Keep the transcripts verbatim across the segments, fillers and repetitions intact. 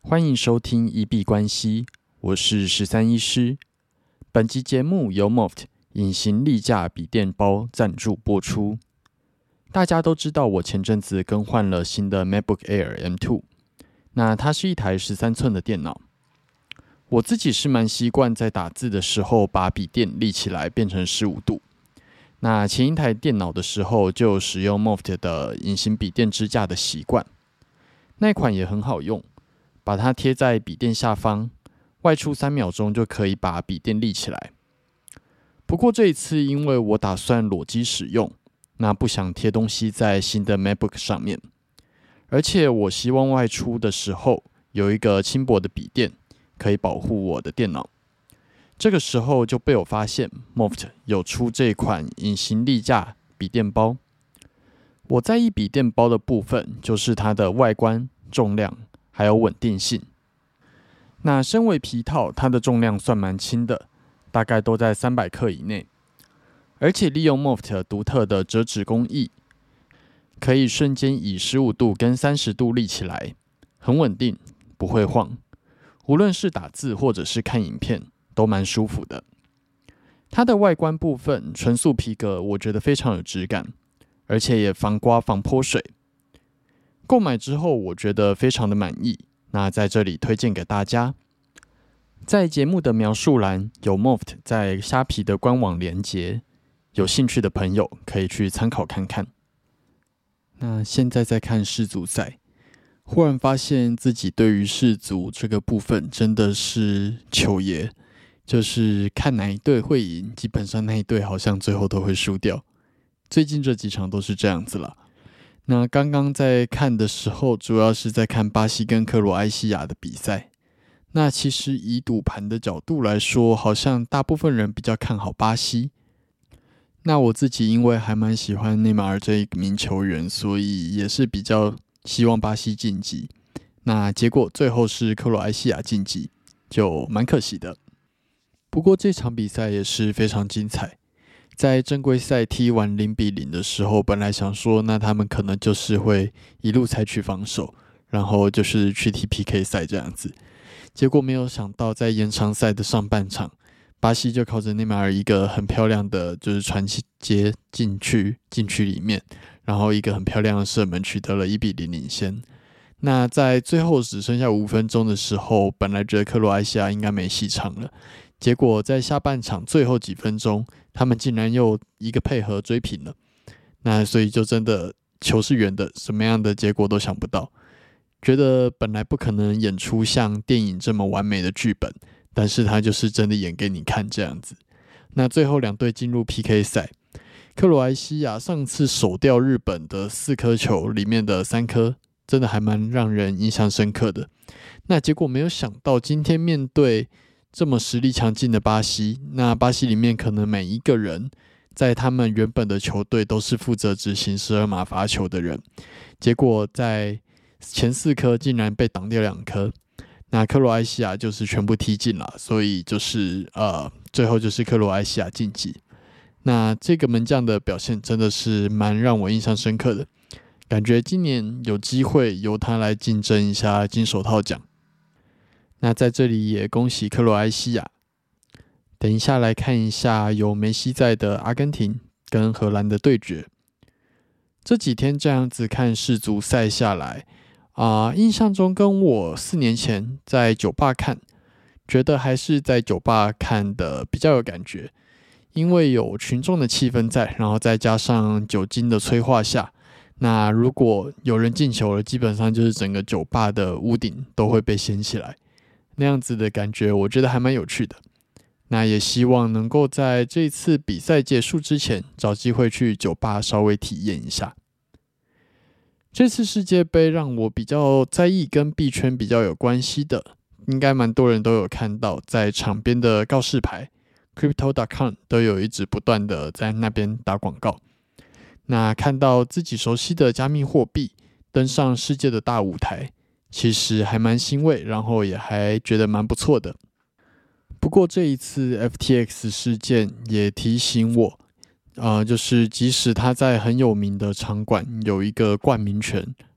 欢迎收听一币关系，我是十三医师。本集节目由 Moft 隐形立架笔电包赞助播出。大家都知道，我前阵子更换了新的 MacBook Air M 二， 那它是一台十三寸的电脑。我自己是蛮习惯在打字的时候把笔电立起来变成十五度。那前一台电脑的时候就有使用 Moft 的隐形笔电支架的习惯，那一款也很好用。把它贴在笔电下方，外出三秒钟就可以把笔电立起来。不过这一次因为我打算裸机使用，那不想贴东西在新的 MacBook 上面，而且我希望外出的时候有一个轻薄的笔电可以保护我的电脑。这个时候就被我发现 Moft 有出这款隐形立架笔电包。我在意笔电包的部分就是它的外观、重量还有稳定性。那身为皮套，它的重量算蛮轻的，大概都在三百克以内。而且利用 Moft 独特的折纸工艺，可以瞬间以十五度跟三十度立起来，很稳定，不会晃。无论是打字或者是看影片，都蛮舒服的。它的外观部分纯素皮革，我觉得非常有质感，而且也防刮防泼水。购买之后我觉得非常的满意，那在这里推荐给大家。在节目的描述栏有 Moft 在虾皮的官网连结，有兴趣的朋友可以去参考看看。那现在在看世足赛，忽然发现自己对于世足这个部分真的是糗爷，就是看哪一队会赢，基本上那一队好像最后都会输掉。最近这几场都是这样子啦。那刚刚在看的时候，主要是在看巴西跟克罗埃西亚的比赛。那其实以赌盘的角度来说，好像大部分人比较看好巴西。那我自己因为还蛮喜欢内马尔这一名球员，所以也是比较希望巴西晋级。那结果最后是克罗埃西亚晋级，就蛮可惜的。不过这场比赛也是非常精彩。在正规赛踢完零比零的时候，本来想说那他们可能就是会一路采取防守，然后就是去踢 P K 赛这样子。结果没有想到在延长赛的上半场，巴西就靠着内马尔一个很漂亮的就是传接进去禁区里面，然后一个很漂亮的射门取得了一比零领先。那在最后只剩下五分钟的时候，本来觉得克罗埃西亚应该没戏唱了，结果在下半场最后几分钟，他们竟然又一个配合追平了。那所以就真的球是圆的，什么样的结果都想不到。觉得本来不可能演出像电影这么完美的剧本，但是他就是真的演给你看这样子。那最后两队进入 P K 赛，克罗埃西亚上次守掉日本的四颗球里面的三颗，真的还蛮让人印象深刻的。那结果没有想到今天面对这么实力强劲的巴西，那巴西里面可能每一个人在他们原本的球队都是负责执行十二码罚球的人，结果在前四颗竟然被挡掉两颗，那克罗埃西亚就是全部踢进了，所以就是呃最后就是克罗埃西亚晋级。那这个门将的表现真的是蛮让我印象深刻的，感觉今年有机会由他来竞争一下金手套奖。那在这里也恭喜克罗埃西亚。等一下来看一下有梅西在的阿根廷跟荷兰的对决。这几天这样子看世足赛下来啊、呃，印象中跟我四年前在酒吧看，觉得还是在酒吧看的比较有感觉，因为有群众的气氛在，然后再加上酒精的催化下，那如果有人进球了，基本上就是整个酒吧的屋顶都会被掀起来。那样子的感觉我觉得还蛮有趣的。那也希望能够在这次比赛结束之前找机会去酒吧稍微体验一下。这次世界杯让我比较在意跟币圈比较有关系的，应该蛮多人都有看到，在场边的告示牌 crypto dot com 都有一直不断的在那边打广告。那看到自己熟悉的加密货币登上世界的大舞台，其实还蛮欣慰，然后也还觉得蛮不错的。不过这一次 F T X 事件也提醒我，呃，就是即使他在很有名的场馆有一个冠名权，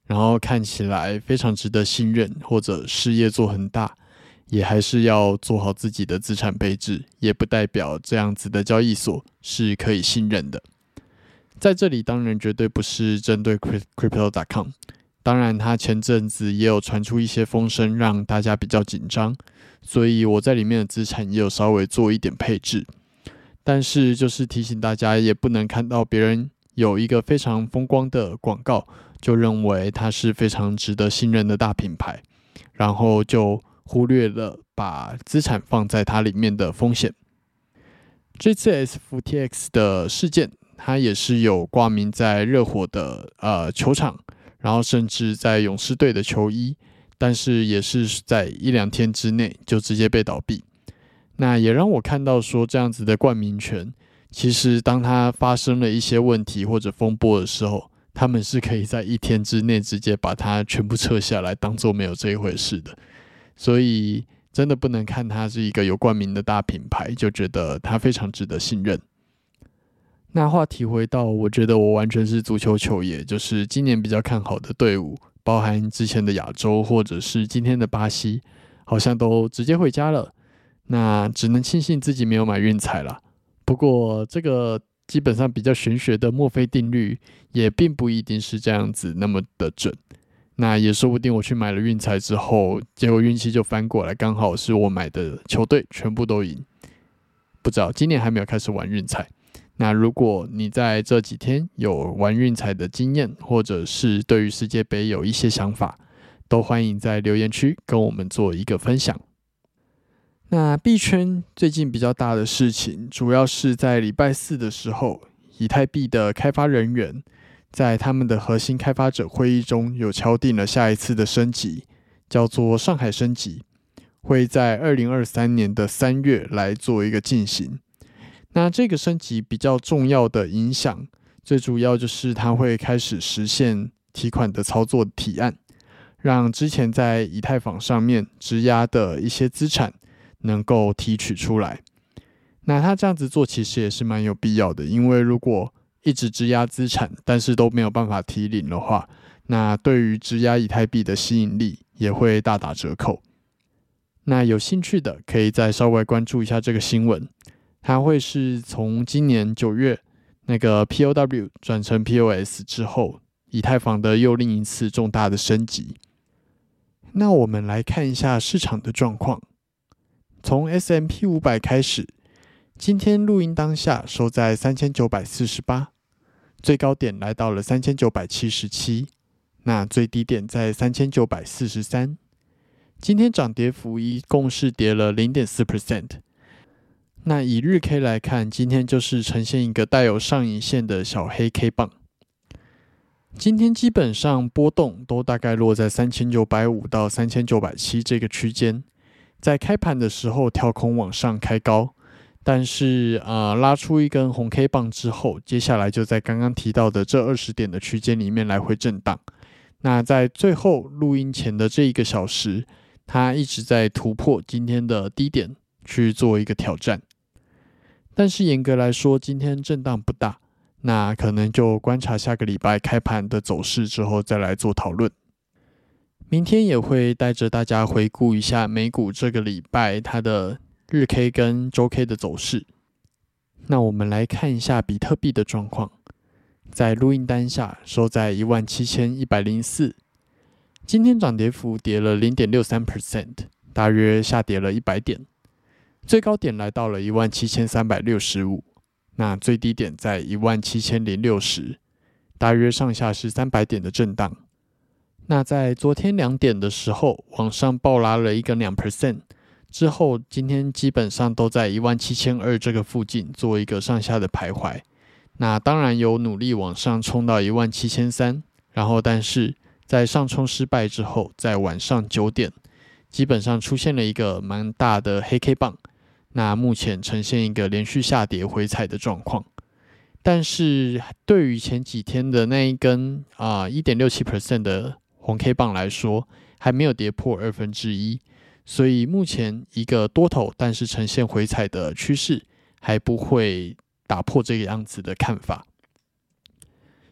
然后看起来非常值得信任，或者事业做很大，也还是要做好自己的资产配置，也不代表这样子的交易所是可以信任的。在这里当然绝对不是针对 Crypto 点 com， 当然它前阵子也有传出一些风声，让大家比较紧张，所以我在里面的资产也有稍微做一点配置。但是就是提醒大家，也不能看到别人有一个非常风光的广告，就认为它是非常值得信任的大品牌，然后就忽略了把资产放在它里面的风险。这次 S F T X 的事件，它也是有挂名在热火的呃球场，然后甚至在勇士队的球衣，但是也是在一两天之内就直接被倒闭。那也让我看到说，这样子的冠名权，其实当它发生了一些问题或者风波的时候，他们是可以在一天之内直接把它全部撤下来，当作没有这一回事的。所以真的不能看它是一个有冠名的大品牌，就觉得它非常值得信任。那话题回到，我觉得我完全是足球球爷，就是今年比较看好的队伍，包含之前的亚洲或者是今天的巴西，好像都直接回家了。那只能庆幸自己没有买运彩啦。不过这个基本上比较玄学的墨菲定律，也并不一定是这样子那么的准。那也说不定我去买了运彩之后，结果运气就翻过来，刚好是我买的球队全部都赢。不知道今年还没有开始玩运彩。那如果你在这几天有玩运彩的经验，或者是对于世界杯有一些想法，都欢迎在留言区跟我们做一个分享。那币圈最近比较大的事情，主要是在礼拜四的时候，以太币的开发人员在他们的核心开发者会议中有敲定了下一次的升级，叫做上海升级，会在二零二三年的三月来做一个进行。那这个升级比较重要的影响，最主要就是它会开始实现提款的操作提案，让之前在以太坊上面质押的一些资产能够提取出来。那他这样子做其实也是蛮有必要的，因为如果一直质押资产，但是都没有办法提领的话，那对于质押以太币的吸引力也会大打折扣。那有兴趣的可以再稍微关注一下这个新闻，它会是从今年九月那个 P O W 转成 P O S 之后，以太坊的又另一次重大的升级。那我们来看一下市场的状况。从 S and P 五百 开始，今天录音当下收在三千九百四十八，最高点来到了三千九百七十七，那最低点在三千九百四十三。今天涨跌幅一共是跌了 百分之零点四。 那以日 K 来看，今天就是呈现一个带有上影线的小黑 K 棒。今天基本上波动都大概落在三千九百五到三千九百七这个区间。在开盘的时候跳空往上开高，但是、呃、拉出一根红 K 棒之后，接下来就在刚刚提到的这二十点的区间里面来回震荡。那在最后录音前的这一个小时，它一直在突破今天的低点去做一个挑战。但是严格来说，今天震荡不大，那可能就观察下个礼拜开盘的走势之后再来做讨论。明天也会带着大家回顾一下美股这个礼拜它的日 K 跟周 K 的走势。那我们来看一下比特币的状况，在录音单下收在 一万七千一百零四， 今天涨跌幅跌了 百分之零点六三， 大约下跌了一百点，最高点来到了 一万七千三百六十五， 那最低点在 一万七千零六十， 大约上下是三百点的震荡。那在昨天两点的时候，往上暴拉了一个 百分之二， 之后今天基本上都在 一万七千二百 这个附近做一个上下的徘徊。那当然有努力往上冲到 一万七千三百， 然后但是在上冲失败之后，在晚上九点基本上出现了一个蛮大的黑 K 棒，那目前呈现一个连续下跌回踩的状况。但是对于前几天的那一根、呃、一点六七 的红 K 棒来说，还没有跌破二分之一，所以目前一个多头但是呈现回踩的趋势，还不会打破这个样子的看法。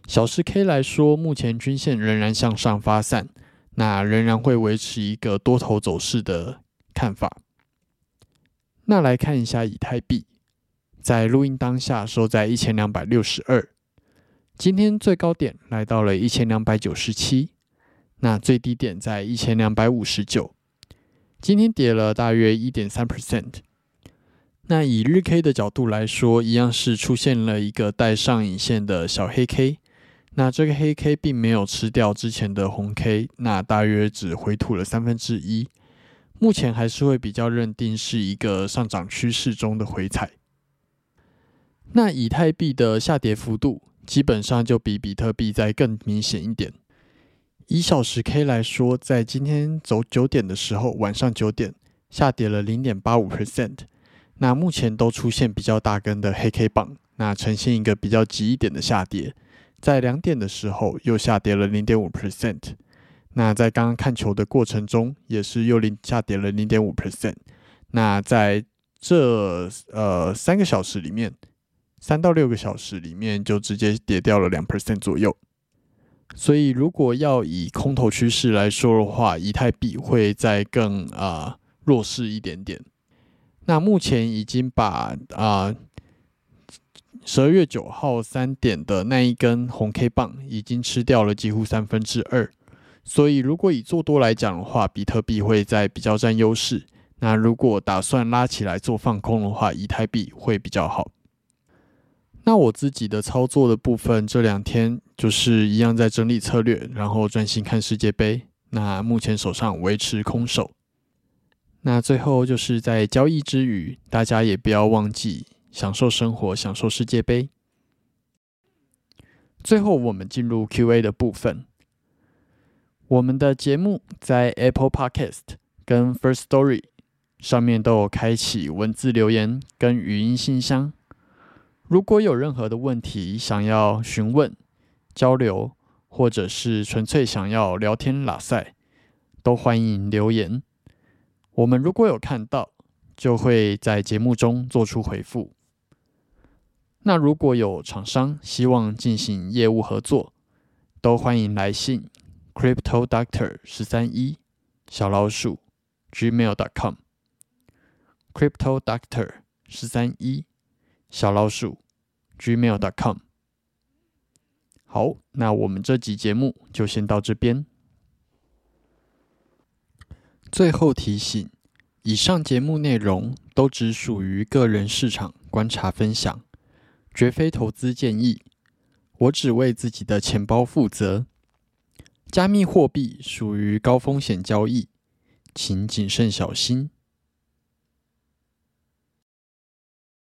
小时 K 来说，目前均线仍然向上发散，那仍然会维持一个多头走势的看法。那来看一下以太币，在录音当下收在一千两百六十二，今天最高点来到了一千两百九十七，那最低点在一千两百五十九，今天跌了大约 百分之一点三。那以日 K 的角度来说，一样是出现了一个带上影线的小黑 K， 那这个黑 K 并没有吃掉之前的红 K， 那大约只回吐了三分之一，目前还是会比较认定是一个上涨趋势中的回踩。那以太币的下跌幅度基本上就比比特币再更明显一点。以小时 K 来说，在今天走九点的时候，晚上九点下跌了 百分之零点八五， 那目前都出现比较大根的黑 K 棒，那呈现一个比较急一点的下跌。在两点的时候又下跌了 百分之零点五， 那在刚刚看球的过程中也是又下跌了 百分之零点五， 那在这呃三个小时里面，三到六个小时里面就直接跌掉了 百分之二 左右。所以如果要以空头趋势来说的话，以太币会再更、呃、弱势一点点。那目前已经把啊十二月九号三点的那一根红 K 棒已经吃掉了几乎三分之二，所以如果以做多来讲的话，比特币会在比较占优势。那如果打算拉起来做放空的话，以太币会比较好。那我自己的操作的部分，这两天就是一样在整理策略，然后专心看世界杯。那目前手上维持空手。那最后就是在交易之余，大家也不要忘记享受生活，享受世界杯。最后我们进入 Q A 的部分。我们的节目在 Apple Podcast 跟 First Story 上面都有开启文字留言跟语音信箱。如果有任何的问题想要询问、交流，或者是纯粹想要聊天拉赛，都欢迎留言。我们如果有看到，就会在节目中做出回复。那如果有厂商希望进行业务合作，都欢迎来信 crypto doctor 一三一 小老鼠 gmail dot com crypto doctor 一三一 小老鼠 gmail dot com。 好，那我们这集节目就先到这边。最后提醒，以上节目内容都只属于个人市场观察分享，绝非投资建议，我只为自己的钱包负责。加密货币属于高风险交易，请谨慎小心。